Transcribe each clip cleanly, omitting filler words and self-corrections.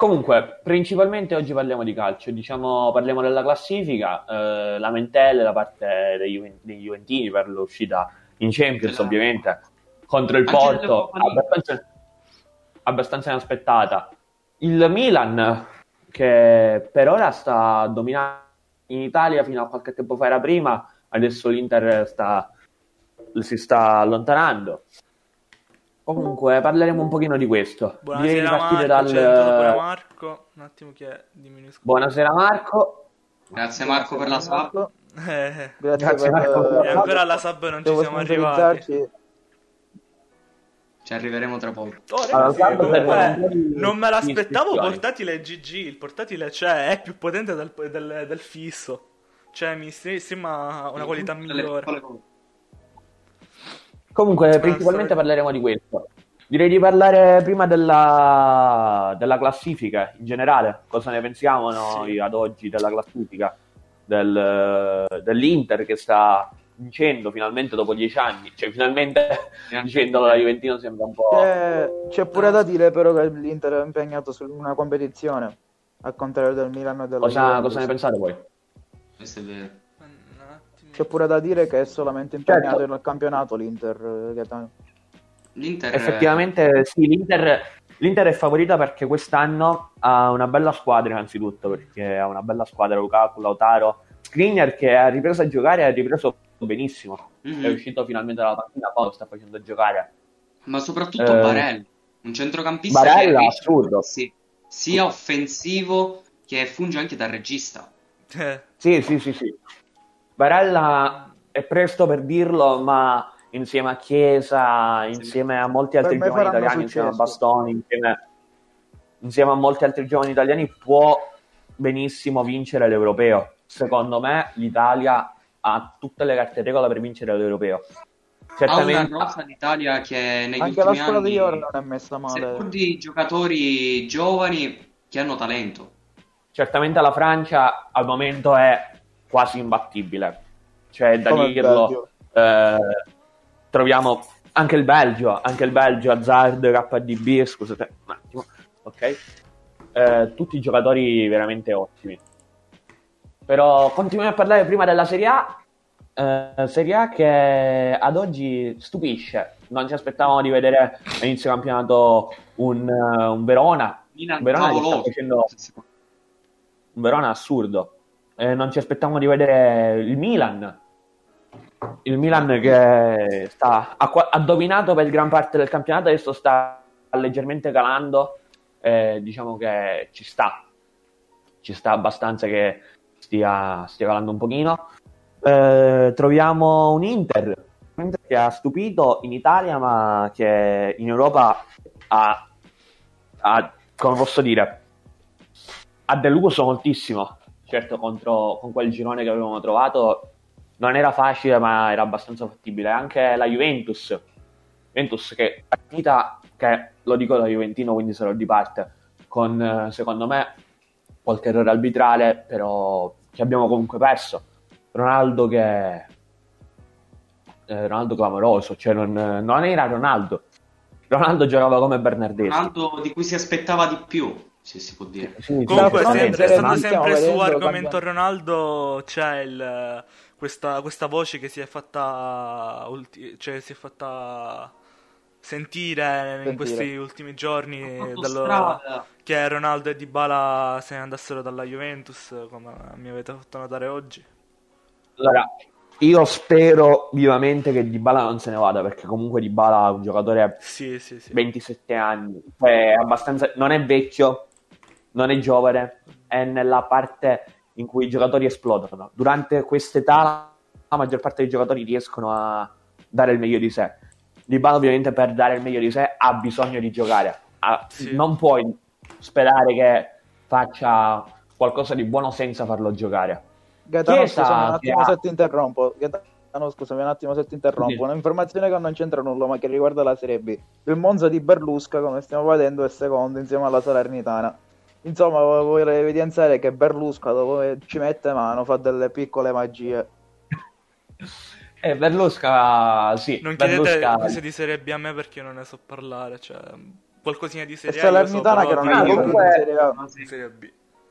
Comunque, principalmente oggi parliamo di calcio, diciamo, parliamo della classifica, lamentele da parte dei Juventini per l'uscita in Champions, ovviamente, contro il Anche delle Porto, Europa League. abbastanza inaspettata. Il Milan, che per ora sta dominando in Italia, fino a qualche tempo fa era prima, adesso l'Inter si sta allontanando. Comunque, parleremo un pochino di questo. Direi di Buonasera partire Marco, c'è entrato pure dal... Marco. Un attimo che diminuisco. Buonasera Marco. Grazie Marco per la sub. Marco. Eh, Grazie Grazie, Marco, per e la ancora alla sub non ci devo siamo arrivati. sponsorizzarci. Ci arriveremo tra poco. Oh, Allora, ragazzi, tanto comunque, servono un po' di non me l'aspettavo iscrizioni. portatile GG. Il portatile c'è, è più potente del fisso. Cioè, mi sembra una qualità migliore. Comunque, principalmente parleremo di questo. Direi di parlare prima della classifica in generale. Cosa ne pensiamo noi ad oggi della classifica dell'Inter che sta vincendo finalmente dopo 10 anni. Cioè, finalmente dicendolo la Juventino sembra un po'... C'è pure da dire però che l'Inter è impegnato su una competizione, al contrario del Milan e della Cosa Juventus. ne pensate voi? Questo è vero. Un attimo. C'è pure da dire che è solamente impegnato Certo. nel campionato l'Inter, Gaetano. L'Inter Effettivamente sì, l'Inter è favorita perché quest'anno ha una bella squadra innanzitutto, perché ha una bella squadra, Lukaku, Lautaro, Skriniar che ha ripreso a giocare, ha ripreso benissimo, Mhm. è uscito finalmente dalla partita, poi lo sta facendo giocare. Ma soprattutto Barella, un centrocampista Barella, che assurdo. sì, sia offensivo che funge anche da regista. Sì. Barella è presto per dirlo, ma insieme a Chiesa, insieme a molti altri Per me giovani faranno italiani, insieme a successo. Bastoni, insieme a molti altri giovani italiani, può benissimo vincere l'Europeo. Secondo me l'Italia ha tutte le carte in regola per vincere l'Europeo. Ha una Certamente, rosa d'Italia che negli Anche la ultimi squadra di Oro anni, non è messa male. seppur di giocatori giovani che hanno talento. certamente la Francia al momento è quasi imbattibile. Cioè, da Come il dirlo, troviamo anche il Belgio, Hazard, KDB, scusate un attimo, ok? Tutti giocatori veramente ottimi. Però continuiamo a parlare prima della Serie A che ad oggi stupisce. Non ci aspettavamo di vedere all'inizio campionato un Verona. Milan Un Verona che sta favoloso. facendo un Verona assurdo. Non ci aspettavamo di vedere il Milan che ha dominato per gran parte del campionato, adesso sta leggermente calando. Diciamo che ci sta abbastanza che stia calando un pochino. Troviamo un Inter che ha stupito in Italia, ma che in Europa ha come posso dire, ha deluso moltissimo. Certo, con quel girone che avevamo trovato non era facile, ma era abbastanza fattibile. Anche la Juventus che partita, che lo dico da Juventino, quindi sarò di parte, con secondo me qualche errore arbitrale, però che abbiamo comunque perso. Ronaldo clamoroso, cioè non era Ronaldo giocava come Bernardeschi. Ronaldo di cui si aspettava di più, se si può dire. Sì, Comunque, Sì, stando stiamo sempre su vedendo argomento cambiare. Ronaldo, c'è questa voce che si è fatta sentire in questi ultimi giorni Autostrada. che Ronaldo e Dybala se ne andassero dalla Juventus, come mi avete fatto notare oggi. Allora, io spero vivamente che Dybala non se ne vada, perché comunque Dybala è un giocatore Sì. 27 anni, cioè non è vecchio, non è giovane, è nella parte in cui i giocatori esplodono. Durante quest'età la maggior parte dei giocatori riescono a dare il meglio di sé. Dybala ovviamente per dare il meglio di sé ha bisogno di giocare. Sì. Non puoi sperare che faccia qualcosa di buono senza farlo giocare. Gaetano, Chiesa scusami un che attimo ha- se ti interrompo. Gaetano, scusami un attimo se ti interrompo. Sì. Un'informazione che non c'entra nulla, ma che riguarda la Serie B. Il Monza di Berlusca, come stiamo vedendo, è secondo insieme alla Salernitana. Insomma, vorrei evidenziare che Berlusca, dopo che ci mette mano, fa delle piccole magie. Berlusca, sì. Non chiedete Berlusca, cose di Serie B a me perché io non ne so parlare, cioè qualcosina di Serie A. Salernitana che non è comunque- in Serie A. in Serie B.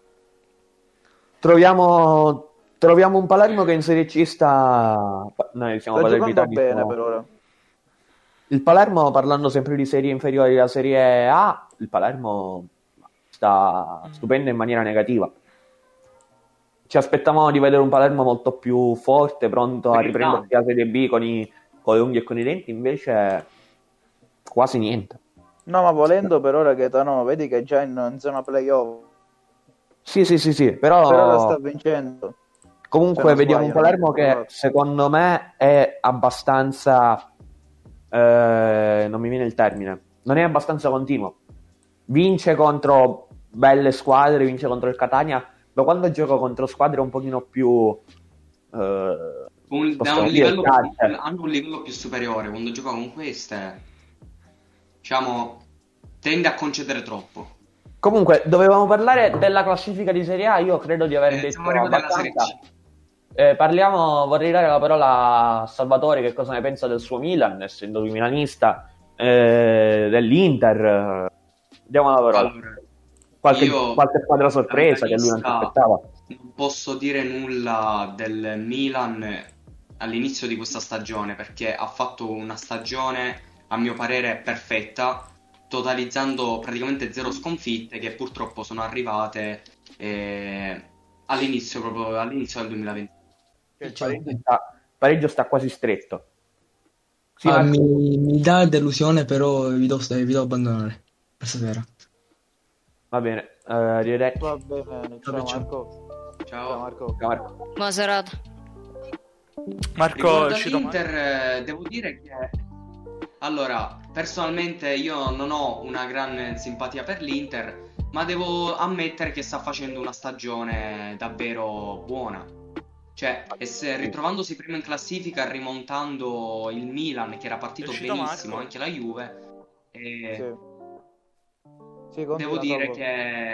Troviamo un Palermo che in Serie C sta... Noi siamo Sta giocando palermitani, bene siamo- per ora. Il Palermo, parlando sempre di serie inferiori alla Serie A, il Palermo sta stupendo in maniera negativa. Ci aspettavamo di vedere un Palermo molto più forte, pronto a riprendersi la Serie B con le unghie e con i denti, invece quasi niente. No, ma volendo per ora Gaetano, vedi che è già in zona playoff. Sì, Per ora però sta vincendo. comunque se non vediamo un sbaglio, Palermo non che ricordo. secondo me è abbastanza... non mi viene il termine. Non è abbastanza continuo. Vince contro belle squadre, vince contro il Catania, ma quando gioca contro squadre un pochino più... Da possiamo un dire, livello carte. hanno un livello più superiore. Quando gioca con queste, diciamo, tende a concedere troppo. Comunque, dovevamo parlare della classifica di Serie A. Io credo di aver detto Siamo arrivati alla Serie abbastanza. C. Vorrei dare la parola a Salvatore, che cosa ne pensa del suo Milan, essendo lui milanista, dell'Inter. Diamo la parola. Allora, Qualche io, squadra sorpresa che lui non si milanista, aspettava. non posso dire nulla del Milan all'inizio di questa stagione, perché ha fatto una stagione, a mio parere, perfetta, totalizzando praticamente 0 sconfitte, che purtroppo sono arrivate proprio all'inizio del 2020. Il pareggio sta quasi stretto. Sì, Marco? Mi dà delusione, però vi devo abbandonare per stasera. Va bene, arrivederci. Va bene, ciao Vabbè, ciao. Marco. Ciao Ciao. Marco. Ciao, Marco. Buona serata. Marco, Riguardo è uscito male. all'Inter, devo dire che allora, personalmente io non ho una gran simpatia per l'Inter, ma devo ammettere che sta facendo una stagione davvero buona. Cioè, ritrovandosi prima in classifica, rimontando il Milan, che era partito È uscito benissimo, Marco? anche la Juve. Sì. Sì, Devo continua, dire Salvo.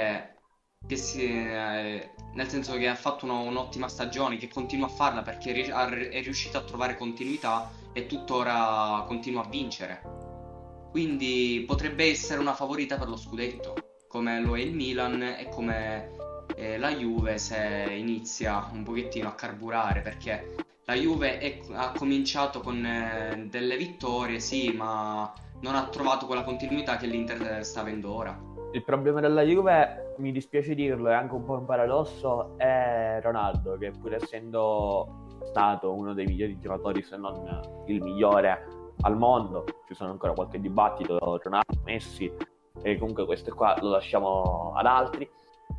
nel senso che ha fatto un'ottima stagione, che continua a farla perché è riuscito a trovare continuità e tuttora continua a vincere. Quindi potrebbe essere una favorita per lo scudetto, come lo è il Milan e come la Juve, se inizia un pochettino a carburare, perché la Juve ha cominciato con delle vittorie, sì, ma non ha trovato quella continuità che l'Inter sta avendo ora. Il problema della Juve, mi dispiace dirlo, è anche un po' un paradosso, è Ronaldo, che pur essendo stato uno dei migliori giocatori, se non il migliore al mondo, ci sono ancora qualche dibattito, Ronaldo, Messi, e comunque questo qua lo lasciamo ad altri.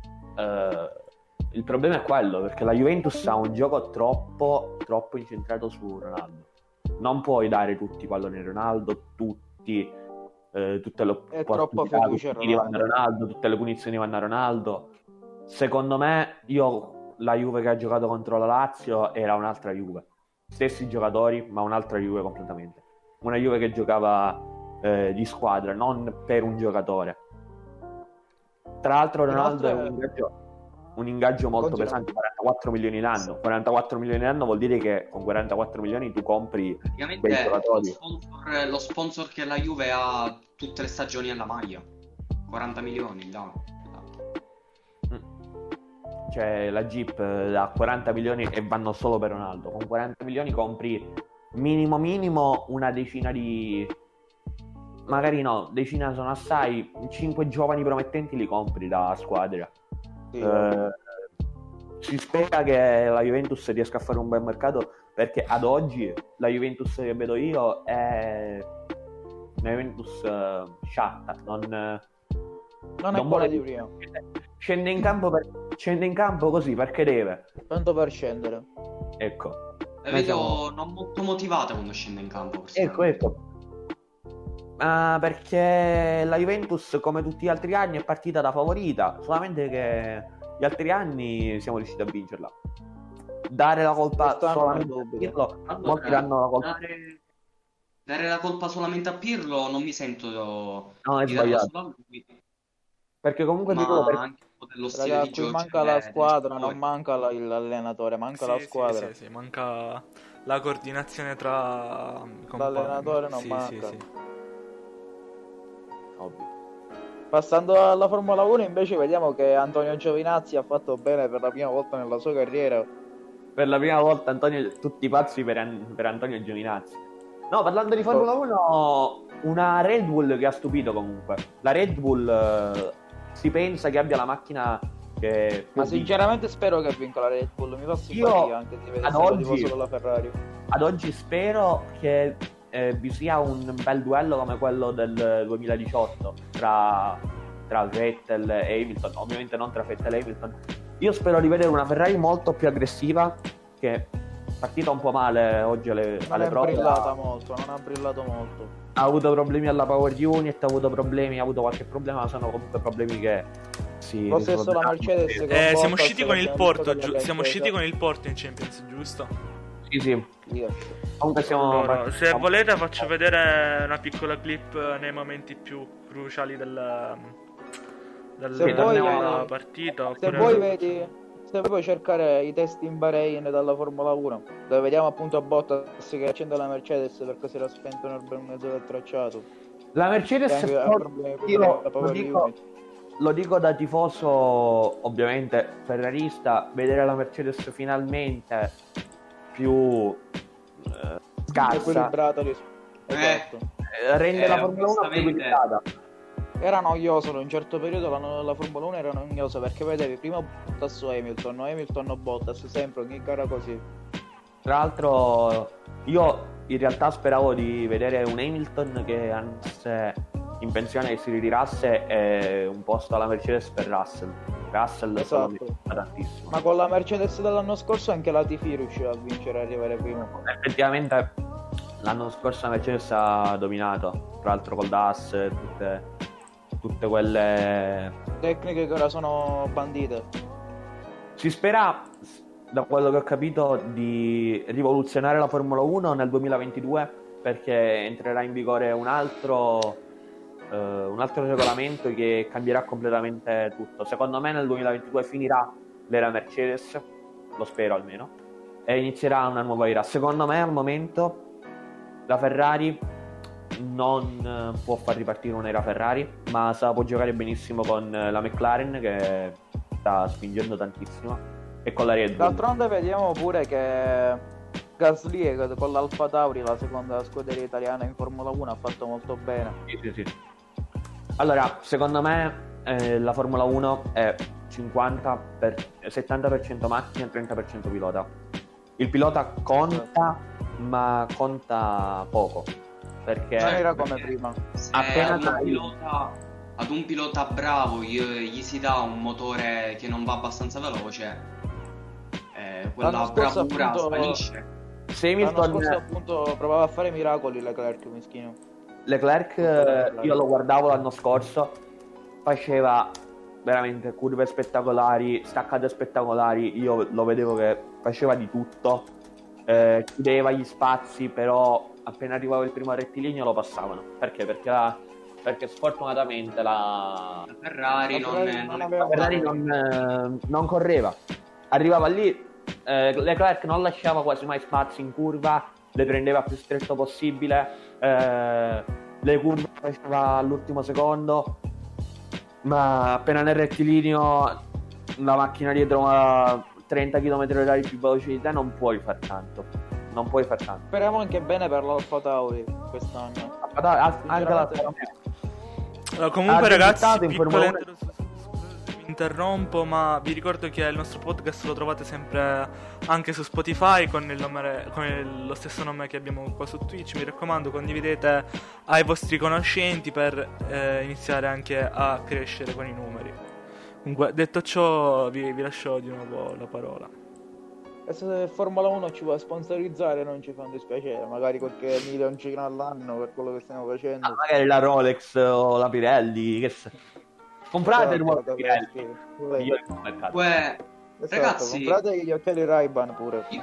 Il problema è quello, perché la Juventus ha un gioco troppo incentrato su Ronaldo. Non puoi dare tutti i palloni a Ronaldo, tutte le È troppo opportunità, felice tutti i tiri vanno a Ronaldo. Ronaldo, tutte le punizioni vanno a Ronaldo. Secondo me, la Juve che ha giocato contro la Lazio era un'altra Juve. Stessi giocatori, ma un'altra Juve completamente. Una Juve che giocava di squadra, non per un giocatore. Tra l'altro Ronaldo è un ingaggio molto Continua. pesante, 44 milioni l'anno. 44 milioni l'anno vuol dire che con 44 milioni tu compri quei Praticamente giocatori. lo sponsor che la Juve ha tutte le stagioni alla maglia, 40 milioni, no. Cioè la Jeep da 40 milioni e vanno solo per Ronaldo. Con 40 milioni compri minimo una decina di... Magari no, decina sono assai, 5 giovani promettenti li compri da squadra. Sì, Si spera che la Juventus riesca a fare un bel mercato, perché ad oggi la Juventus che vedo io è una Juventus sciatta, non non è non quella vuole di prima. scende in campo così perché deve. Tanto per scendere. Ecco. La Noi vedo siamo- non molto motivata quando scende in campo. Ecco. Perché la Juventus, come tutti gli altri anni, è partita da favorita, solamente che gli altri anni siamo riusciti a vincerla. Dare la colpa Quest'anno solamente è a dubito. Pirlo, Allora, molti danno la colpa. dare la colpa solamente a Pirlo non mi sento No, è di darla sbagliato. solo a lui, Perché comunque ma Pirlo anche un po' dello stile Raga, di qui gioco manca la dei squadra, giocatori. non manca l'allenatore, manca la Sì, squadra. sì, manca la coordinazione tra i compagni. L'allenatore non Sì, manca. sì. ovvio. Passando alla Formula 1 invece vediamo che Antonio Giovinazzi ha fatto bene per la prima volta nella sua carriera. Per la prima volta tutti pazzi per Antonio Giovinazzi. No, parlando di Formula 1, una Red Bull che ha stupito comunque. La Red Bull si pensa che abbia la macchina che... Ma sinceramente spero che vinca la Red Bull, mi fa simpatia anche di vedere solo tifoso con la Ferrari. Ad oggi spero che vi sia un bel duello come quello del 2018 tra Vettel e Hamilton, ovviamente non tra Vettel e Hamilton. Io spero di vedere una Ferrari molto più aggressiva, che è partita un po' male oggi alle prove. Non ha brillato molto. Ha avuto problemi alla Power Unit, ha avuto qualche problema, ma sono comunque problemi che lo stesso la Mercedes siamo usciti con il Porto, siamo usciti con il Porto in Champions, giusto? Sì. Comunque siamo se volete faccio vedere una piccola clip nei momenti più cruciali della partita. Se vuoi cercare i test in Bahrain dalla Formula 1, dove vediamo appunto a Bottas che accende la Mercedes perché si era spento nel bel mezzo del tracciato. La Mercedes lo dico da tifoso ovviamente ferrarista, vedere la Mercedes finalmente più scarsa, equilibrata, esatto. Rende la Formula 1 più equilibrata. Era noioso, in un certo periodo la Formula 1 era noiosa perché vedevi prima Bottas o Hamilton o Bottas, sempre ogni gara così. Tra l'altro io in realtà speravo di vedere un Hamilton che andasse in pensione e si ritirasse, e un posto alla Mercedes per Russell esatto. Mi piace tantissimo. Ma con la Mercedes dell'anno scorso anche la Tifi riusciva a vincere e arrivare primo. Effettivamente l'anno scorso la Mercedes ha dominato, tra l'altro col DAS, tutte quelle tecniche che ora sono bandite. Si spera, da quello che ho capito, di rivoluzionare la Formula 1 nel 2022, perché entrerà in vigore un altro regolamento che cambierà completamente tutto. Secondo me nel 2022 finirà l'era Mercedes, lo spero almeno, e inizierà una nuova era. Secondo me al momento la Ferrari non può far ripartire un'era Ferrari, ma può giocare benissimo con la McLaren che sta spingendo tantissimo e con la Red Bull. D'altronde vediamo pure che Gasly con l'Alfa Tauri, la seconda scuderia italiana in Formula 1, ha fatto molto bene. Sì. Allora, secondo me la Formula 1 è 70% macchina e 30% pilota. Il pilota conta, ma conta poco, perché non era come prima. Appena ad un pilota bravo gli si dà un motore che non va abbastanza veloce, quella bravura svanisce. L'anno scorso appunto provava a fare miracoli Leclerc, mischino. Leclerc, io lo guardavo l'anno scorso, faceva veramente curve spettacolari, staccate spettacolari, io lo vedevo che faceva di tutto, chiudeva gli spazi, però appena arrivava il primo rettilineo lo passavano. Perché? Perché sfortunatamente la Ferrari non correva, arrivava lì, Leclerc non lasciava quasi mai spazi in curva, le prendeva più stretto possibile, le curve le faceva all'ultimo secondo, ma appena nel rettilineo la macchina dietro a 30 km/h più veloce di te non puoi far tanto. Speriamo anche bene per l'Alfa Tauri quest'anno. Anche la comunque ragazzi, piccole mi interrompo, ma vi ricordo che il nostro podcast lo trovate sempre anche su Spotify con lo stesso nome che abbiamo qua su Twitch. Mi raccomando, condividete ai vostri conoscenti per iniziare anche a crescere con i numeri. Comunque, detto ciò, vi lascio di nuovo la parola. E se Formula 1 ci vuole sponsorizzare non ci fa un dispiacere, magari qualche milioncino all'anno per quello che stiamo facendo. Magari la Rolex o la Pirelli, comprate il nuovo Pirelli. Ragazzi, comprate gli occhiali Ray-Ban pure. Io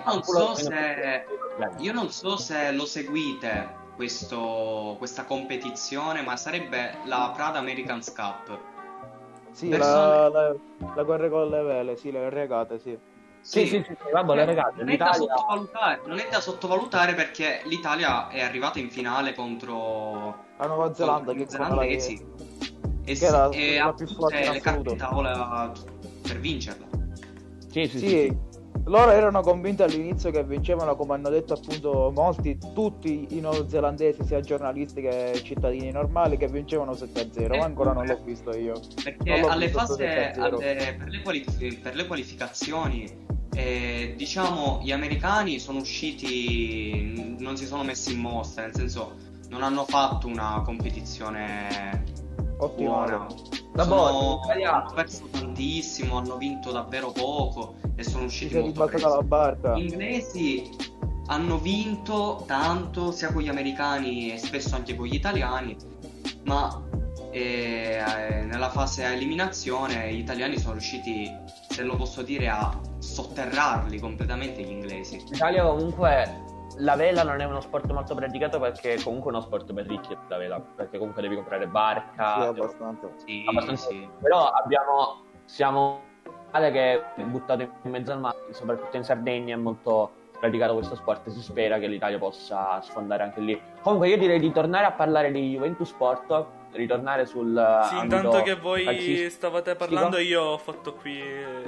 non so se lo seguite questa competizione, ma sarebbe la Prada Americans Cup. Sì, la guerra con le vele, sì, le regate, sì. Sì, vabbè, le regate. Non è da sottovalutare perché l'Italia è arrivata in finale contro la Nuova Zelanda, e ha tutte le carte in tavola per vincerla. Sì. Loro erano convinti all'inizio che vincevano, come hanno detto appunto molti, tutti i neozelandesi, sia giornalisti che cittadini normali, che vincevano 7-0, ma ancora non l'ho visto io. Perché alle fasi, per le qualificazioni, diciamo, gli americani sono usciti, non si sono messi in mostra, nel senso non hanno fatto una competizione buona. Hanno perso tantissimo, hanno vinto davvero poco e sono usciti molto presto. Gli inglesi hanno vinto tanto sia con gli americani e spesso anche con gli italiani, ma nella fase a eliminazione gli italiani sono riusciti, se lo posso dire, a sotterrarli completamente gli inglesi. L'Italia comunque, la vela non è uno sport molto praticato, perché comunque è uno sport per ricchi la vela, perché comunque devi comprare barca. Sì, abbastanza. Sì. Però siamo male che è buttato in mezzo al mare, soprattutto in Sardegna è molto praticato questo sport e si spera che l'Italia possa sfondare anche lì. Comunque io direi di tornare a parlare di Juventus Sport, ritornare sul sì, intanto che voi stavate parlando io ho fatto qui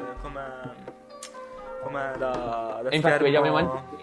come da infatti vediamo i momenti.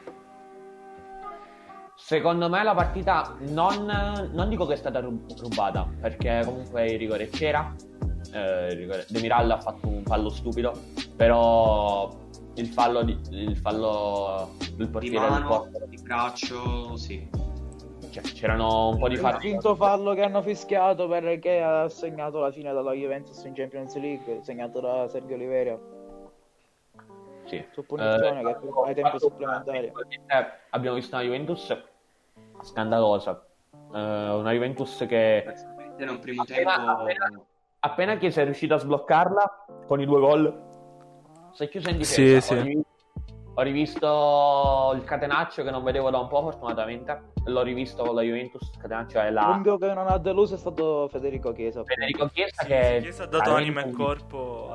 Secondo me la partita non dico che è stata rubata, perché comunque il rigore c'era. Demiral ha fatto un fallo stupido, però il fallo del portiere di mano, del Porto, di braccio, sì. Cioè, c'erano un po' di falli. Il quinto fallo che hanno fischiato perché ha segnato la fine della Juventus in Champions League, segnato da Sergio Oliveira. Sì. Su punizione che ai tempi supplementari. Abbiamo visto una Juventus scandalosa, una Juventus che nel primo tempo appena che si è riuscito a sbloccarla con i 2 gol, si è chiuso in difesa. Sì. Ho rivisto il catenaccio che non vedevo da un po', fortunatamente. L'ho rivisto con la Juventus. Il catenaccio è l'unico che non ha deluso è stato Federico Chiesa. Chiesa ha dato anima e corpo.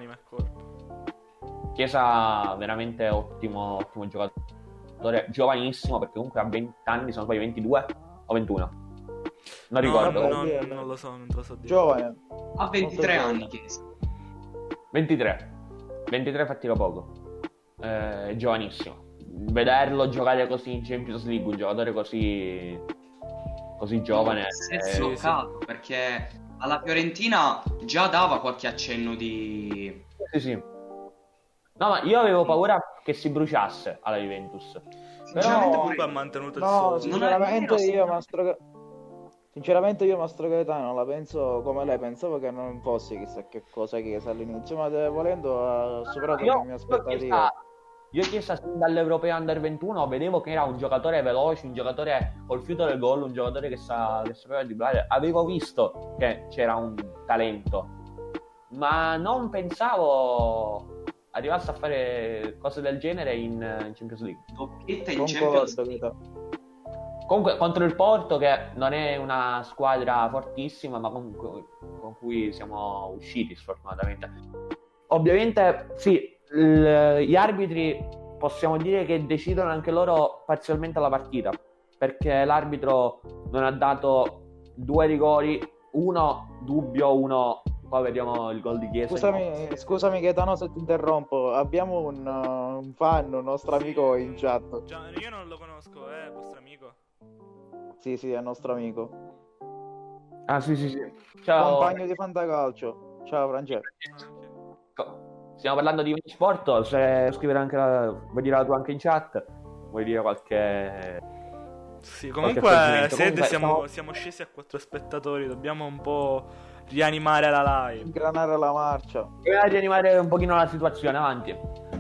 Chiesa veramente ottimo giocatore, giovanissimo, perché comunque ha 20 anni, sono poi 22 o 21. Non ricordo. Non lo so, non te lo so dire. Giovane. Ha 23 anni Chiesa. 23 fatti da poco. Giovanissimo. Vederlo giocare così in Champions League, un giocatore così giovane, si è sbloccato, perché alla Fiorentina già dava qualche accenno di... Sì. No, ma io avevo paura che si bruciasse alla Juventus. Sinceramente pure ha mantenuto il suo. Sinceramente io Mastro Gaetano la penso come lei, pensavo che non fosse chissà che cosa Chiesa all'inizio, ma volendo ha superato le mie aspettative. Io Chiesa sin dall'Europeo Under 21 vedevo che era un giocatore veloce, un giocatore col fiuto del gol, un giocatore che sapeva dribblare. Avevo visto che c'era un talento, ma non pensavo arrivasse a fare cose del genere in Champions League. Doppietta in Champions League. Comunque contro il Porto, che non è una squadra fortissima, ma comunque con cui siamo usciti sfortunatamente. Ovviamente sì, gli arbitri possiamo dire che decidono anche loro parzialmente la partita, perché l'arbitro non ha dato 2 rigori, uno dubbio, uno... Poi vediamo il gol di Chiesa. Scusami Gaetano se ti interrompo, abbiamo un fan, un nostro amico in chat. Io non lo conosco, è vostro amico? Sì, è nostro amico. Ah sì. Ciao. Compagno di Fantacalcio. Ciao Francesco. Stiamo parlando di sport, se scrivere anche vuoi dire tu anche in chat? Vuoi dire qualche... Sì, comunque siamo scesi a 4 spettatori, dobbiamo un po' rianimare la live. Ingranare la marcia. Rianimare un pochino la situazione, avanti.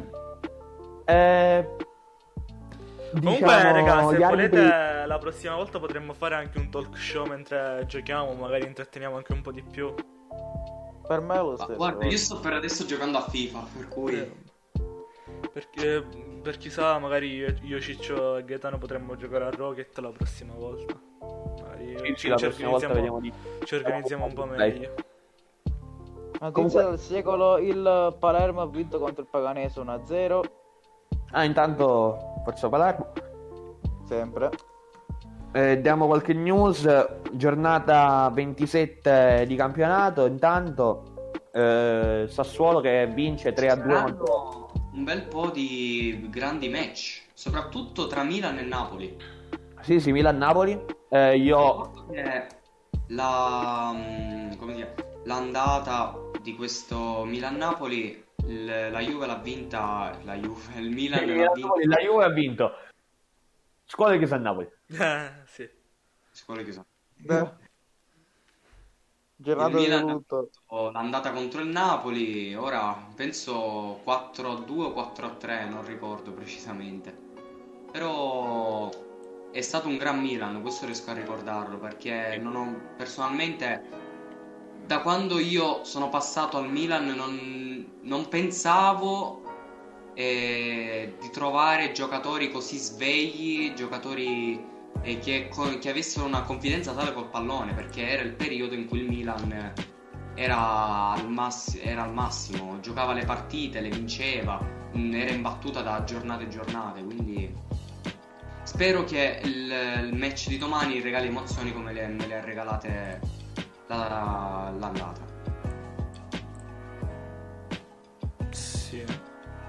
Comunque ragazzi, se volete la prossima volta potremmo fare anche un talk show mentre giochiamo, magari intratteniamo anche un po' di più. Per me è lo stesso. Guarda, io sto per adesso giocando a FIFA, per cui... Perché per chissà, magari io Ciccio e Gaetano potremmo giocare a Rocket la prossima volta. Magari la prossima volta vediamo ci organizziamo un po' meglio. Notizia del secolo, il Palermo ha vinto contro il Paganese 1-0. Intanto forza Palermo. Sempre. Diamo qualche news. Giornata 27 di campionato. Intanto Sassuolo che vince 3-2. Un bel po' di grandi match, soprattutto tra Milan e Napoli. Sì, Milan-Napoli. L'andata di questo Milan-Napoli, la Juve l'ha vinta. Il Milan l'ha vinta. La Juve ha vinto. Scuola che sa Napoli. Sì. Scuola che sa. Giornata Il di Milan lutto. l'andata contro il Napoli, ora penso 4-2 o 4-3, non ricordo precisamente. Però è stato un gran Milan, questo riesco a ricordarlo, perché personalmente, da quando io sono passato al Milan, non pensavo di trovare giocatori così svegli, giocatori che avessero una confidenza tale col pallone, perché era il periodo in cui il Milan era al massimo, giocava le partite, le vinceva, era imbattuta da giornate e giornate, quindi spero che il match di domani regali emozioni come me le ha regalate l'andata. Sì.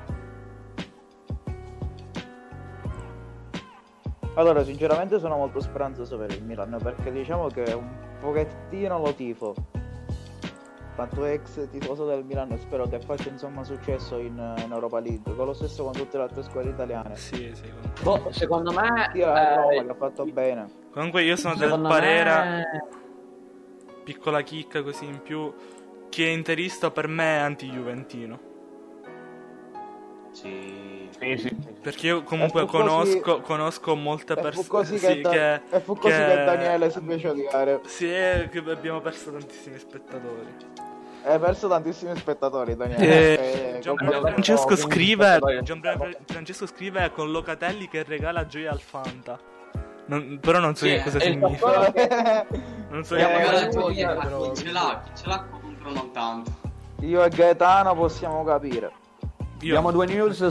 Allora, sinceramente sono molto speranzoso per il Milan, perché diciamo che un pochettino lo tifo. Quanto ex tifoso del Milan, spero che faccia insomma successo in Europa League, con lo stesso con tutte le altre squadre italiane. Sì. Secondo me Roma che ha fatto bene. Comunque io sono del parere, piccola chicca così in più, chi è interista per me è anti-juventino. Sì. Perché io comunque conosco molte persone che Daniele si fece odiare. Sì, che abbiamo perso tantissimi spettatori. Hai perso tantissimi spettatori, Daniele. Francesco scrive con Locatelli che regala gioia al Fanta. Però non so che cosa significa. Non so regala gioia, però chi ce l'ha contro non tanto. Io e Gaetano possiamo capire. Abbiamo due news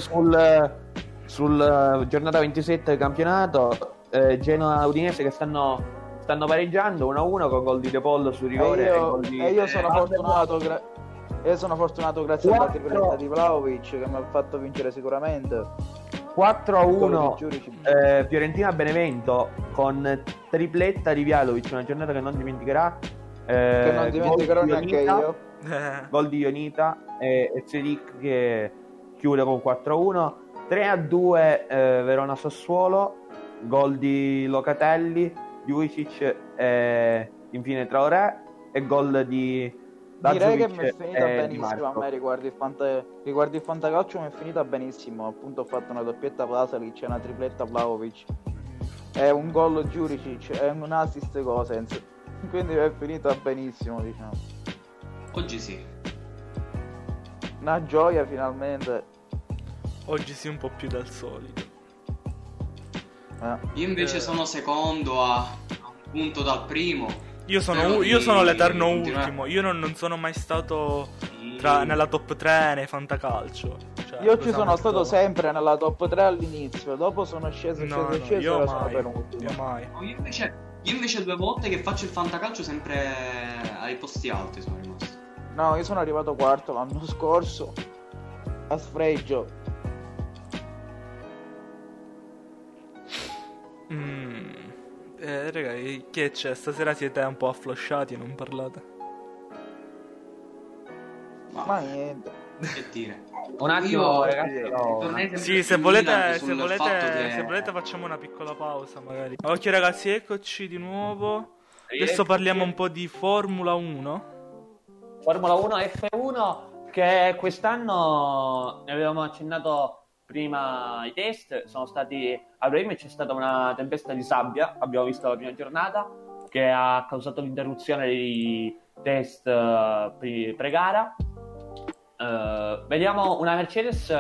sul giornata 27 del campionato. Genoa e Udinese che stanno pareggiando 1-1 con gol di De Paul su rigore. Io sono fortunato. Io sono fortunato grazie alla tripletta di Vlahovic che mi ha fatto vincere sicuramente. 4-1 Fiorentina Benevento con tripletta di Vlahovic, una giornata che non dimenticherà. Che non dimenticherò neanche io. Gol di Ionita e Cedic che chiude con 4-1. 3-2 Verona Sassuolo, gol di Locatelli, Juricic e infine Traoré e gol di Direi che mi è finita benissimo a me riguardo il fantacalcio, mi è finita benissimo. Appunto ho fatto una doppietta Pasalic, una tripletta Vlahovic, è un gol Juricic, è un assist Gosens, quindi è finita benissimo, diciamo. Oggi sì. Una gioia finalmente. Oggi sì, un po' più del solito. Io invece sono secondo a un punto dal primo. Io sono l'eterno ultimo. Io non sono mai stato nella top 3 nei fantacalcio. Cioè, io ci sono stato sempre nella top 3 all'inizio. Dopo sono sceso. Io mai. Io invece 2 volte che faccio il fantacalcio sempre ai posti alti sono rimasto. No, io sono arrivato quarto l'anno scorso a sfregio. Raga, che c'è? Stasera siete un po' afflosciati e non parlate. Ma niente. Che dire? Un attimo, ragazzi. Sì, se volete facciamo una piccola pausa magari. Ok ragazzi, eccoci di nuovo. Adesso parliamo un po' di Formula 1. Formula 1 F1 che quest'anno ne avevamo accennato prima. I test sono stati a Bremen, c'è stata una tempesta di sabbia, abbiamo visto la prima giornata, che ha causato l'interruzione dei test pre-gara. Vediamo una Mercedes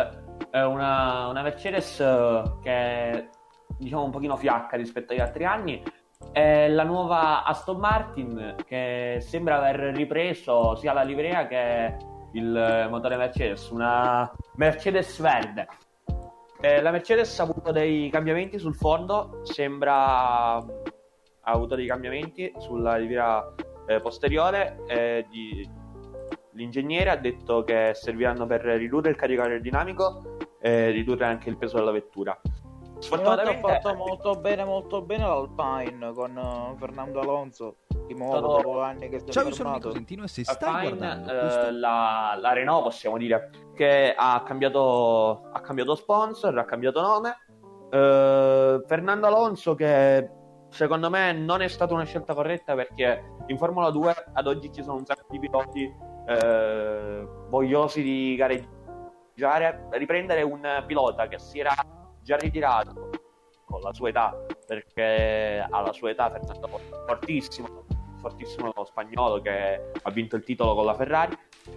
che è diciamo un pochino fiacca rispetto agli altri anni, è la nuova Aston Martin che sembra aver ripreso sia la livrea che il motore Mercedes, una Mercedes verde. La Mercedes ha avuto dei cambiamenti sul fondo, sembra ha avuto dei cambiamenti sulla riviera posteriore. L'ingegnere ha detto che serviranno per ridurre il carico aerodinamico e ridurre anche il peso della vettura. Sfortunatamente ha fatto molto bene l'Alpine con Fernando Alonso di nuovo dopo anni che si è fermato. Cosentino, e se stai guardando la Renault, possiamo dire che ha cambiato sponsor, ha cambiato nome. Fernando Alonso, che secondo me non è stata una scelta corretta, perché in Formula 2 ad oggi ci sono un sacco di piloti vogliosi di gareggiare. Riprendere un pilota che si era già ritirato con la sua età, perché alla sua età Fernando fortissimo spagnolo che ha vinto il titolo con la Ferrari,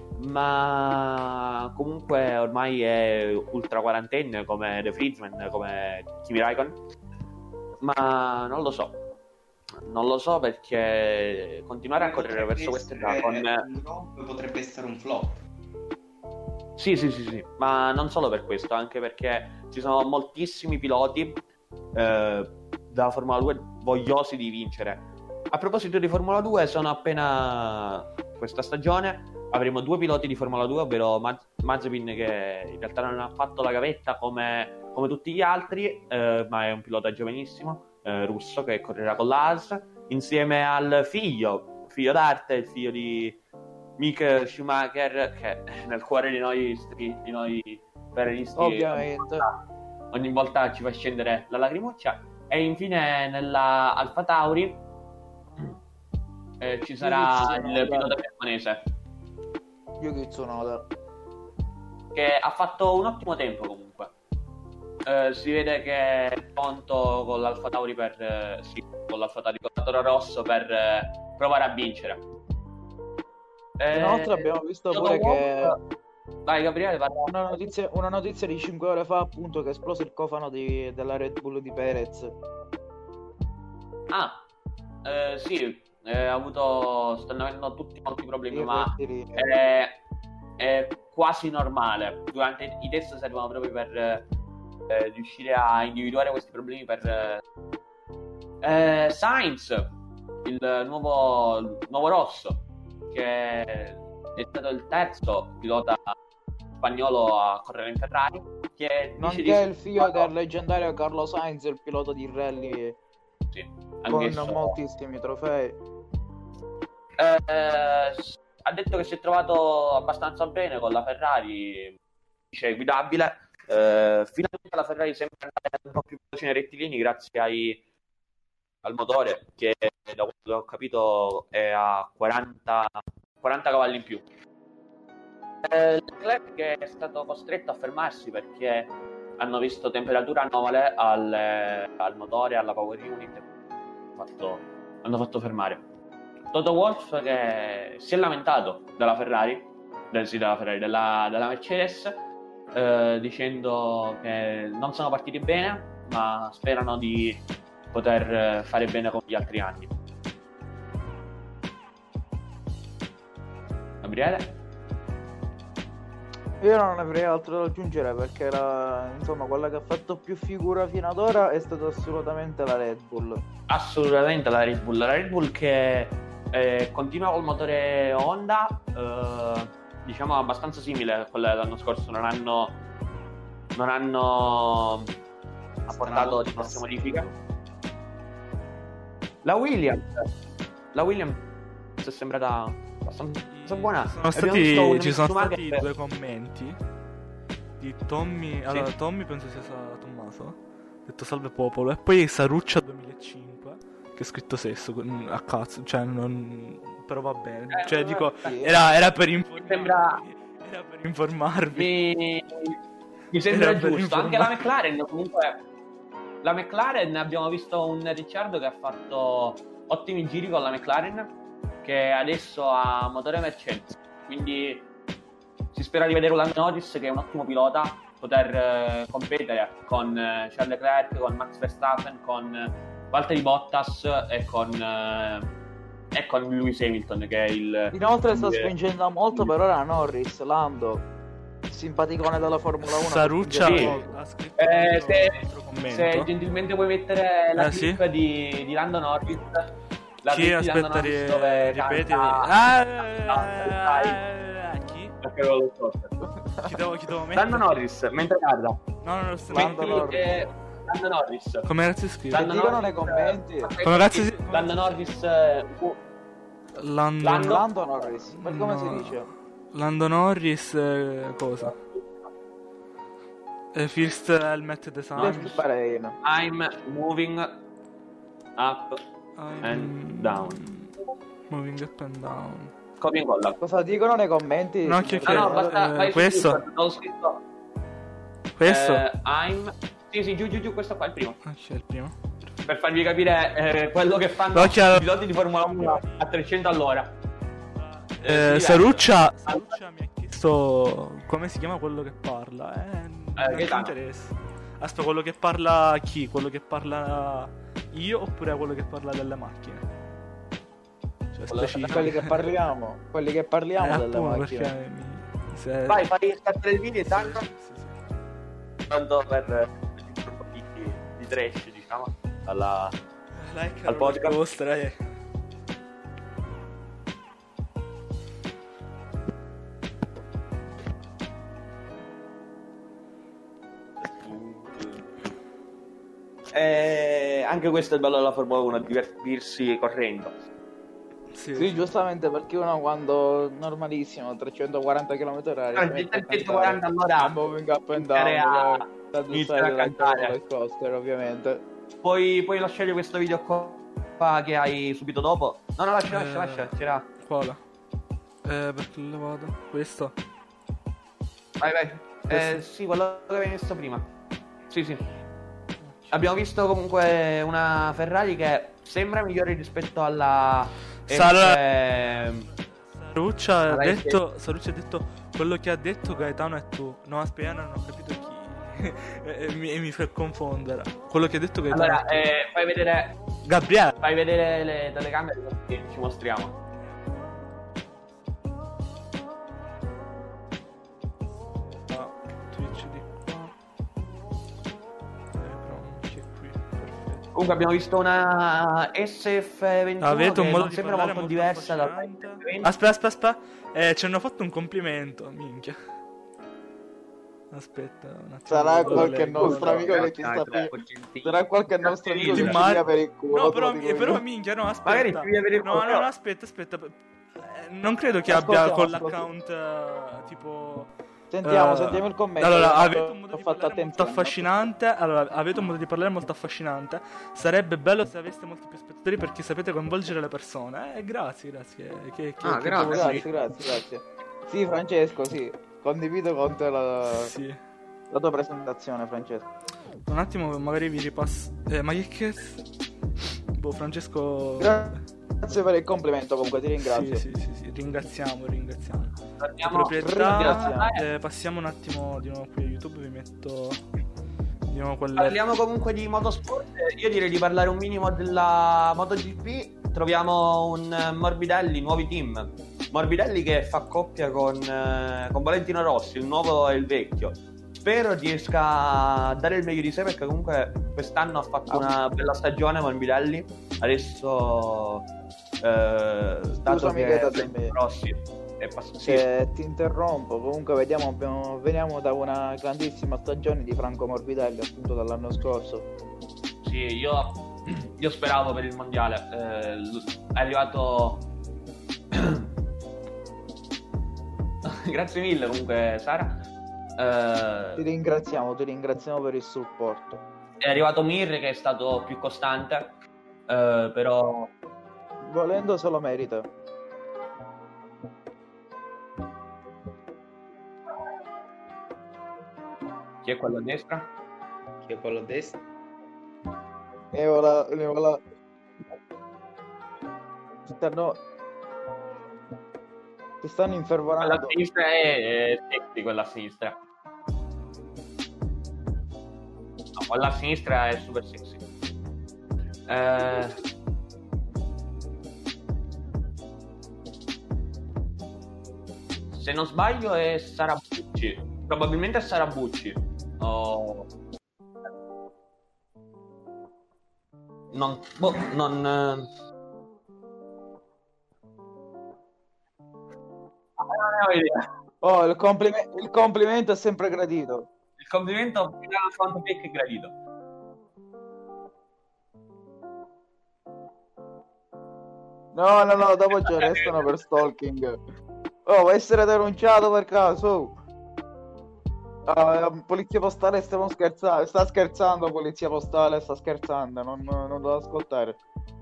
ma comunque ormai è ultra quarantenne come De Vriesman, come Kimi Raikkonen, ma non lo so perché continuare a correre verso questa età potrebbe essere un flop. Sì, ma non solo per questo, anche perché ci sono moltissimi piloti della Formula 2 vogliosi di vincere. A proposito di Formula 2, sono appena questa stagione avremo 2 piloti di Formula 2, ovvero Mazepin, che in realtà non ha fatto la gavetta come tutti gli altri, ma è un pilota giovanissimo, russo, che correrà con la Haas, insieme al figlio d'arte, il figlio di Mick Schumacher, che nel cuore di noi ferraristi ovviamente ogni volta ci fa scendere la lacrimuccia. E infine nella Alfa Tauri ci sarà il pilota giapponese Yuki Tsunoda, che ha fatto un ottimo tempo comunque. Si vede che è pronto con l'Alfa Tauri con la Toro Rosso per provare a vincere. Inoltre abbiamo visto pure che vai Gabriele, una notizia di 5 ore fa, appunto, che è esploso il cofano della Red Bull di Perez. Sì, stanno avendo tutti molti problemi, ma è quasi normale. Durante i test servono proprio per riuscire a individuare questi problemi. Per Sainz, il nuovo rosso, che è stato il terzo pilota spagnolo a correre in Ferrari, che nonché il figlio del leggendario Carlos Sainz, il pilota di rally, sì, con moltissimi trofei. Ha detto che si è trovato abbastanza bene con la Ferrari, dice guidabile. Finalmente la Ferrari sembra andare un po' più veloce nei rettilini grazie al motore, che da quello che ho capito è a 40 cavalli in più. Leclerc, che è stato costretto a fermarsi perché hanno visto temperature anomale al motore, alla power unit, hanno fatto fermare. Toto Wolff, che si è lamentato della Mercedes, dicendo che non sono partiti bene, ma sperano di poter fare bene come gli altri anni. Gabriele? Io non avrei altro da aggiungere, perché quella che ha fatto più figura fino ad ora è stata assolutamente la Red Bull. Assolutamente la Red Bull che continua col motore Honda, diciamo abbastanza simile a quella dell'anno scorso. Non hanno apportato diverse modifiche. La Williams è sembrata abbastanza buona. Ci sono stati 2 commenti di Tommy. Sì. Allora, Tommy penso sia Tommaso, ha detto salve popolo, e poi Saruccia 2005 che ha scritto sesso a cazzo, cioè però va bene, cioè dico era per informarvi. Mi sembra giusto. Anche la McLaren, comunque la McLaren, abbiamo visto un Ricciardo che ha fatto ottimi giri con la McLaren, che adesso ha motore Mercedes, quindi si spera di vedere Lando Norris, che è un ottimo pilota, poter competere con Charles Leclerc, con Max Verstappen, con Valtteri Bottas e con Lewis Hamilton, che è il... Inoltre sta spingendo molto per ora Norris, Lando. simpaticone della Formula 1. Saruccia Sì. ha scritto un altro commento. Se gentilmente puoi mettere la sì? clip di Lando Norris. La Chi? clip di Lando Aspetta, Norris dove ripeti. Chi? Perché lo so. Chi devo mettere? Lando Norris, mentre guarda. No, lo sto Lando Lando Norris. Come cazzo si scrive? Lando Dicono Norris, nei commenti. Come cazzo si... Lando Norris Lando Norris. Ma come No. si dice? Lando Norris cosa? First Helmet Design. Left Bahrain. I'm moving up and down. Moving up and down. Copia e incolla. Cosa dicono nei commenti? No, signor che- No, Giorgio? basta, vai su questo? Discord, l'ho scritto. Questo? I'm... Sì, giù, questo qua è il primo. Ok, il primo. Per farvi capire quello che fanno No, chiaro. i piloti di Formula 1 a 300 all'ora. Saruccia mi ha chiesto come si chiama quello che parla. Non mi Gaetano. interessa. Aspetta, quello che parla chi? Quello che parla io oppure quello che parla delle macchine? Cioè, Quello che specifico. Quelli che parliamo delle appunto, macchine. perché se... Vai, fai scattare il video e tanto. Sì, sì. Tanto per un po' di trash, diciamo. Al podcast. Vostra, Anche questo è il bello della Formula 1, divertirsi correndo. Sì, giustamente, perché uno quando normalissimo 340 km/h Ah, 340 all'ora, moving up and iniziare down a- iniziare a cantare. il coaster, ovviamente. Puoi lasciare questo video qua che hai subito dopo? No, lascia, c'era. Quale? Perché lo vado? Questo? Vai. Sì, quello che avevi messo prima. Sì. Abbiamo visto comunque una Ferrari che sembra migliore rispetto alla Saruccia ha Vabbè, detto quello che ha detto Gaetano e tu. No, aspetta, non ho capito chi. e mi fa confondere. Quello che ha detto Gaetano. Allora, e tu. Gabriele. fai vedere le telecamere che ci mostriamo. Twitch di qua. Che qui. Perfetto. Comunque abbiamo visto una SF21 Avete un che modo non di sembra parlare molto molto diversa dal affascinante. Aspetta. ci hanno fatto un complimento, minchia. Aspetta un attimo. Sarà lo qualche leggo. nostro amico che ci sta sarà qualche nostro amico che ci tira per il culo. No, te lo dico però io. minchia, no, aspetta. Magari ti via per il No, culo. aspetta. Non credo che Ascoltiamo, abbia con ascoltiamo. l'account tipo Sentiamo il commento. Allora, avete un modo Ho di fatto parlare molto attenzione. affascinante. Allora, avete un modo di parlare molto affascinante. Sarebbe bello se aveste molti più spettatori perché sapete coinvolgere le persone. Grazie. Che grazie. Grazie. Sì, Francesco, sì. Condivido con te Sì. la tua presentazione, Francesco. Un attimo, magari vi ripasso. Ma che boh, Francesco. Grazie per il complimento, comunque ti ringrazio. Sì. Ringraziamo. Andiamo. Proprietà. Passiamo un attimo di nuovo qui a YouTube. Vi metto di nuovo quelle. Parliamo comunque di motorsport. Io direi di parlare un minimo della MotoGP. Troviamo un Morbidelli, nuovi team. Morbidelli che fa coppia con Valentino Rossi, il nuovo e il vecchio. Spero riesca a dare il meglio di sé perché comunque quest'anno ha fatto una bella stagione Morbidelli. Adesso dato che Rossi è passato. Se ti interrompo, comunque veniamo da una grandissima stagione di Franco Morbidelli, appunto dall'anno scorso. Sì, io speravo per il mondiale. È arrivato. Grazie mille comunque Sara. Ti ringraziamo per il supporto. È arrivato Mir che è stato più costante. Però Volendo solo merita. chi è quello a destra? Chi è quello a destra? E ora ti stanno Quella a infervorando. sinistra è sexy, quella a sinistra. No, quella a sinistra è super sexy. Se non sbaglio è Sara Bucci. Probabilmente sarà Bucci. Non ho idea. Oh, il complimento è sempre gradito. Il complimento fino a quanto fake è gradito. No, dopo ci arrestano per stalking. Oh, va a essere denunciato per caso. Polizia postale, stiamo scherzando. Sta scherzando, polizia postale, sta scherzando. Non devo ascoltare.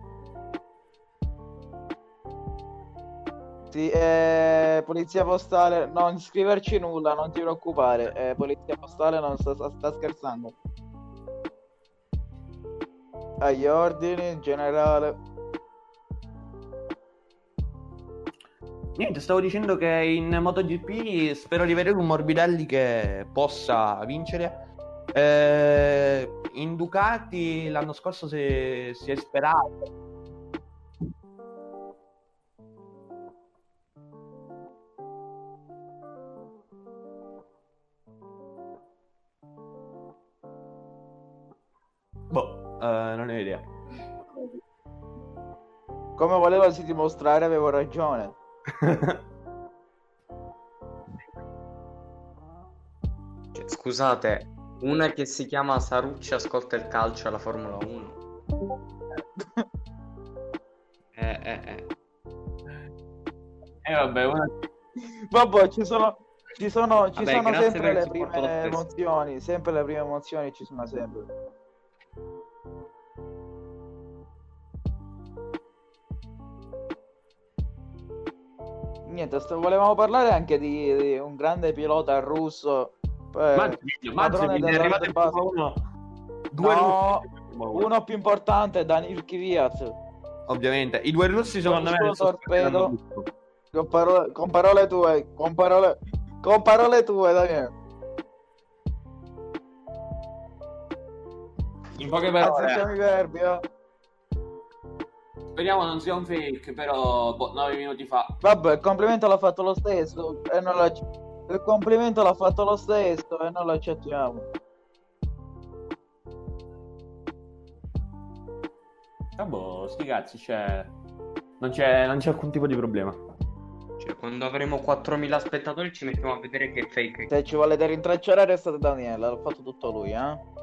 Sì, polizia postale, non scriverci nulla, non ti preoccupare. Polizia postale non sta scherzando. Agli ordini, generale. Niente, stavo dicendo che in MotoGP spero di vedere un Morbidelli che possa vincere. In Ducati l'anno scorso si è sperato. Non ho idea. Come volevasi dimostrare, avevo ragione. Cioè, scusate, una che si chiama Sarucci ascolta il calcio alla Formula 1. Vabbè, Vabbè, ci sono grazie sempre per le il supporto prime lo stesso. emozioni, sempre le prime emozioni ci sono sempre. Niente, volevamo parlare anche di un grande pilota russo. Padrone è arrivato il primo uno più importante, Daniil Kvyat. Ovviamente, i due russi secondo me torpedo. Con parole tue, Daniele. In poche parole. Azzecchiamo i verbi, Speriamo non sia un fake, però 9 minuti fa. Vabbè, il complimento l'ha fatto lo stesso e non lo accettiamo. Sti cazzi, non c'è alcun tipo di problema. Cioè, quando avremo 4.000 spettatori ci mettiamo a vedere che fake. Se ci volete rintracciare, restate Daniele, l'ha fatto tutto lui,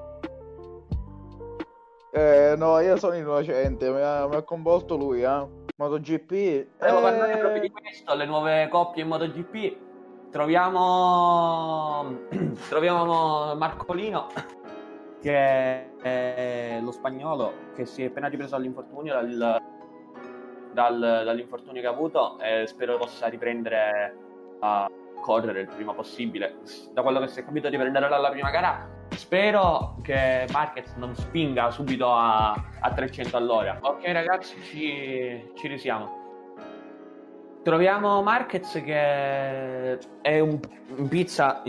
no, io sono innocente, mi ha convolto lui, MotoGP. Volevo parlare proprio di questo, le nuove coppie in MotoGP. Troviamo Marcolino, che è lo spagnolo, che si è appena ripreso dall'infortunio dall'infortunio che ha avuto, e spero possa riprendere a correre il prima possibile. Da quello che si è capito, riprenderà alla prima gara. Spero che Marquez non spinga subito a 300 all'ora. Ok ragazzi, ci risiamo. Troviamo Marquez che è in pista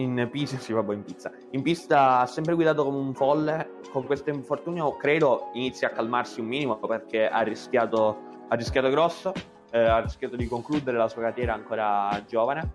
ha sempre guidato come un folle. Con questo infortunio credo inizi a calmarsi un minimo, perché ha rischiato grosso, ha rischiato di concludere la sua carriera ancora giovane.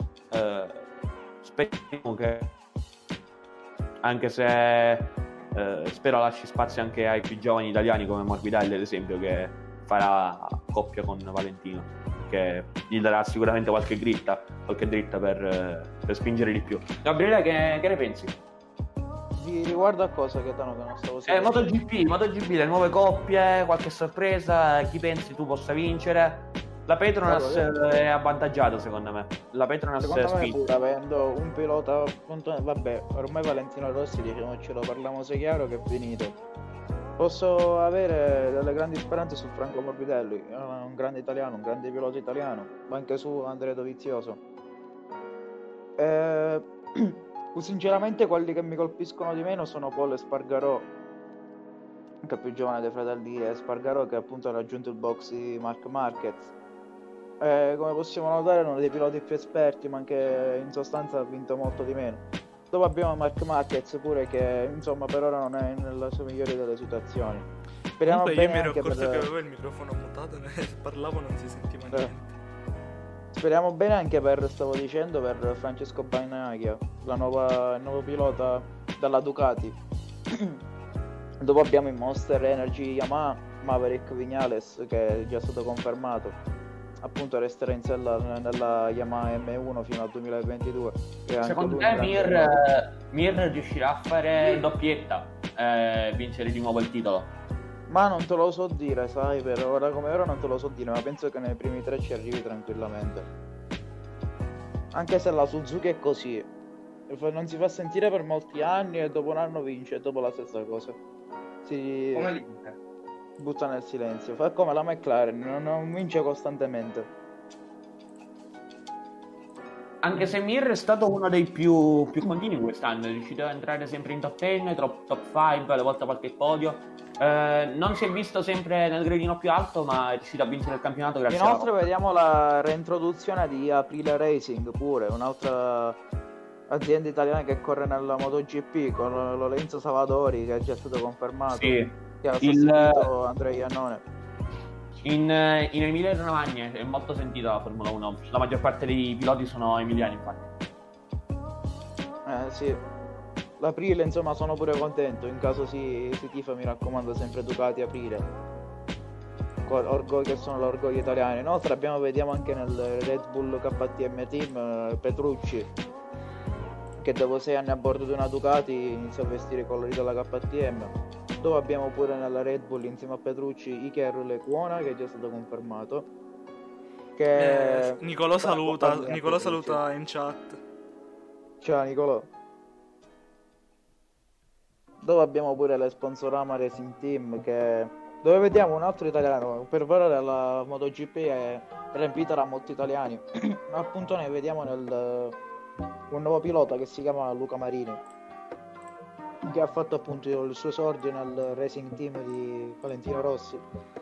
Speriamo che, anche se spero lasci spazio anche ai più giovani italiani come Morbidelli ad esempio, che farà coppia con Valentino, che gli darà sicuramente qualche dritta per spingere di più. Gabriele, che ne pensi? Riguardo a cosa che non stavo seguendo? MotoGP, le nuove coppie, qualche sorpresa, chi pensi tu possa vincere? La Petronas è avvantaggiata secondo me. La Petronas secondo me pure, avendo un pilota, vabbè, ormai Valentino Rossi, diciamocelo, parliamoci chiaro che è finito. Posso avere delle grandi speranze su Franco Morbidelli, un grande italiano, un grande pilota italiano, ma anche su Andrea Dovizioso. Sinceramente quelli che mi colpiscono di meno sono Paul Espargarò, che è più giovane dei fratelli Espargarò, che appunto ha raggiunto il box di Marc Marquez. Come possiamo notare, è uno dei piloti più esperti, ma che in sostanza ha vinto molto di meno. Dopo abbiamo Marc Marquez pure, che insomma per ora non è nella sua migliore delle situazioni. Comunque io mi ero accorto che avevo il microfono mutato e parlavo, non si sentiva niente. Speriamo bene anche stavo dicendo, per Francesco Bagnaia, il nuovo pilota dalla Ducati. Dopo abbiamo il Monster Energy Yamaha Maverick Viñales, che è già stato confermato. Appunto resterà in sella nella Yamaha M1 fino al 2022. Secondo te Mir riuscirà a fare doppietta, vincere di nuovo il titolo? Ma non te lo so dire, sai, per ora come ora non te lo so dire, ma penso che nei primi 3 ci arrivi tranquillamente. Anche se la Suzuki è così, non si fa sentire per molti anni e dopo un anno vince, e dopo la stessa cosa. Si Come l'Inter. butta nel silenzio, fa come la McLaren, non vince costantemente. Anche se Mir è stato uno dei più continui quest'anno, è riuscito ad entrare sempre in top 10, top 5, alle volte qualche podio. Non si è visto sempre nel gradino più alto, ma è riuscito a vincere il campionato grazie Inoltre vediamo la reintroduzione di Aprilia Racing pure, un'altra azienda italiana che corre nella MotoGP con Lorenzo Savadori, che è già stato confermato, Sì. che ha sostituito Andrea Iannone. In Emilia Romagna è molto sentita la Formula 1, la maggior parte dei piloti sono emiliani infatti. Sì, l'Aprilia insomma sono pure contento, in caso si tifa mi raccomando sempre Ducati Aprilia, che sono l'orgoglio italiano. Inoltre vediamo anche nel Red Bull KTM Team Petrucci, che dopo 6 anni a bordo di una Ducati inizia a vestire i colori della KTM. Dove abbiamo pure nella Red Bull insieme a Petrucci Iker Lecuona, che è già stato confermato. Che Nicolò saluta in chat. Ciao Nicolò. Dove abbiamo pure le Sponsorama Racing Team, dove vediamo un altro italiano. Per ora la MotoGP è riempita da molti italiani. Appunto ne vediamo un nuovo pilota che si chiama Luca Marini, che ha fatto appunto il suo esordio nel racing team di Valentino Rossi.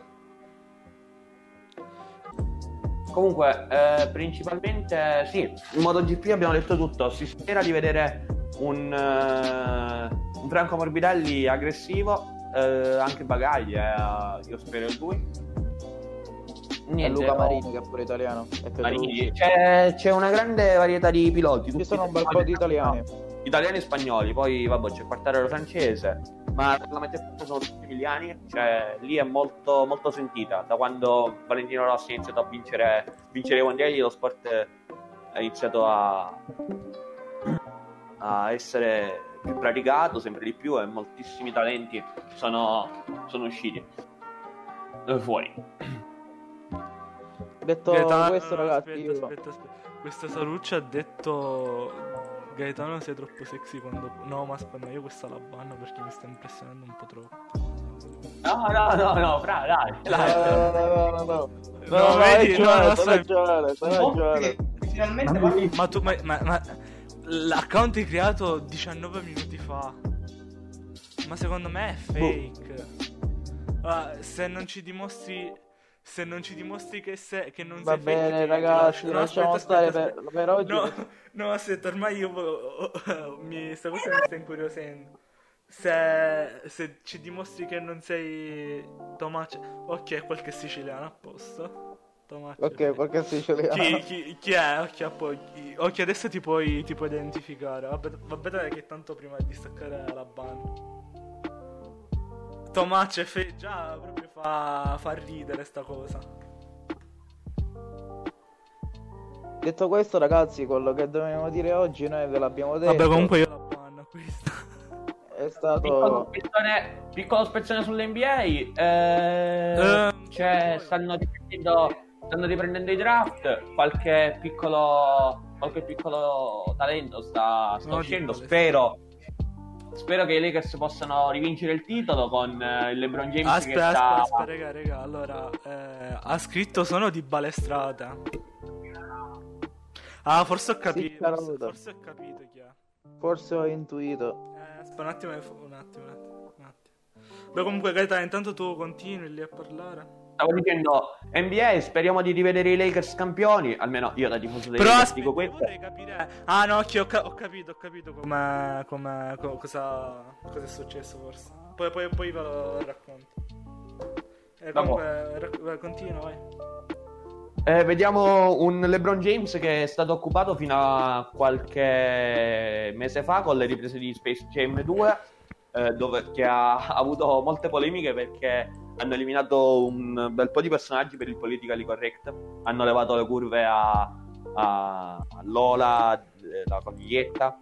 Comunque, principalmente sì, in MotoGP abbiamo detto tutto. Si spera di vedere un Franco Morbidelli aggressivo, anche Bagaglia, io spero in lui. Niente, Luca Marini, che è pure italiano. Marini. C'è una grande varietà di piloti. Ci sono un bel po' di italiani. Italiani e spagnoli, poi vabbè c'è Quartararo francese, ma la maggior parte sono tutti emiliani, cioè lì è molto, molto sentita. Da quando Valentino Rossi ha iniziato a vincere i mondiali, lo sport ha iniziato a essere più praticato sempre di più, e moltissimi talenti sono usciti fuori. Detto questo, ragazzi, aspetta. Questa Saluccia ha detto Gaetano sei troppo sexy quando... No, ma aspetta, io questa la banno perché mi sta impressionando un po' troppo. No, fra, dai. No, vedi, finalmente ma tu, ma l'account è creato 19 minuti fa. Ma secondo me è fake. Se non ci dimostri che non va sei bene, fake, ragazzi, lasciamo stare per oggi. No, aspetta, ormai sta cosa mi sta incuriosendo. Se ci dimostri che non sei Tomaccio, ok, qualche siciliano a posto. Tomaccio, ok, qualche siciliano. Chi è? Ok, adesso ti puoi identificare. Vabbè, dai, che tanto prima di staccare la ban. Tomaccio già proprio fa ridere sta cosa. Detto questo, ragazzi, quello che dovevamo dire oggi noi ve l'abbiamo detto. Vabbè, comunque io la banno questa. È stato piccolo spezzone sull'NBA. Stanno riprendendo i draft. Qualche piccolo talento sta uscendo. Spero che i Lakers possano rivincere il titolo con il LeBron James. Aspetta, raga. Allora, ha scritto sono di Balestrata. Ah, forse ho capito. Forse ho capito chi è. Forse ho intuito. Aspetta un attimo. Beh, comunque, Gaetano, intanto tu continui lì a parlare. Stavo dicendo NBA, speriamo di rivedere i Lakers campioni, almeno io da tifoso dei Lakers dico questo. Vorrei capire. Ah no, ho capito cosa è successo forse. Poi ve lo racconto. Comunque continua, vai. Vediamo un LeBron James che è stato occupato fino a qualche mese fa con le riprese di Space Jam 2, che ha avuto molte polemiche perché hanno eliminato un bel po' di personaggi per il politically correct. Hanno levato le curve a Lola, la coniglietta.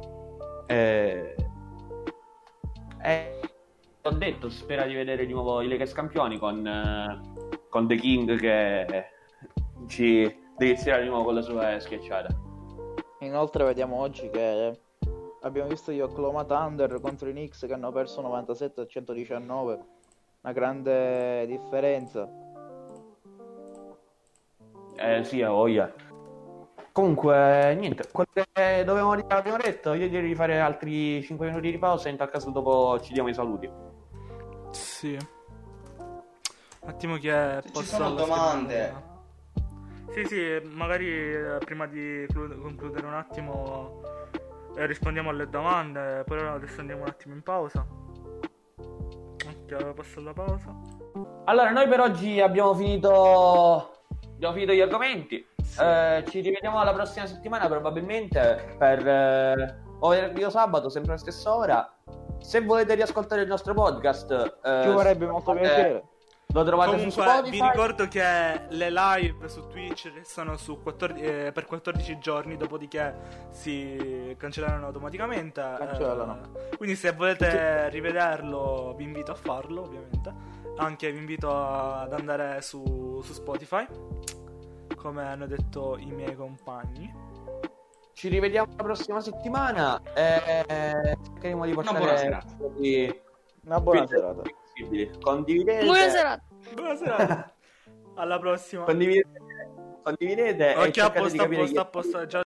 Ho detto, spera di vedere di nuovo i Lakers campioni con The King che ci delizierà di nuovo con le sue schiacciate. Inoltre vediamo oggi che abbiamo visto gli Oklahoma Thunder contro i Knicks che hanno perso 97-119, una grande differenza. Sì, voglia. Comunque, niente, quello che abbiamo detto, io direi di fare altri 5 minuti di pausa e in tal caso dopo ci diamo i saluti. Sì. Un attimo che ci sono domande. Sì, magari prima di concludere un attimo rispondiamo alle domande, poi adesso andiamo un attimo in pausa. Ok, passo alla pausa. Allora, noi per oggi abbiamo finito gli argomenti. Ci rivediamo la prossima settimana probabilmente per venerdì o sabato, sempre alla stessa ora. Se volete riascoltare il nostro podcast, ci vorrebbe molto piacere. Lo trovate su Spotify. Vi ricordo che le live su Twitch restano per 14 giorni, dopodiché si cancelleranno automaticamente. Quindi se volete rivederlo vi invito a farlo, ovviamente. Anche vi invito ad andare su Spotify, come hanno detto i miei compagni. Ci rivediamo la prossima settimana e cercheremo di portare una buona serata. Condividete. Buona serata. Alla prossima. Condividete. Ok, a posto, già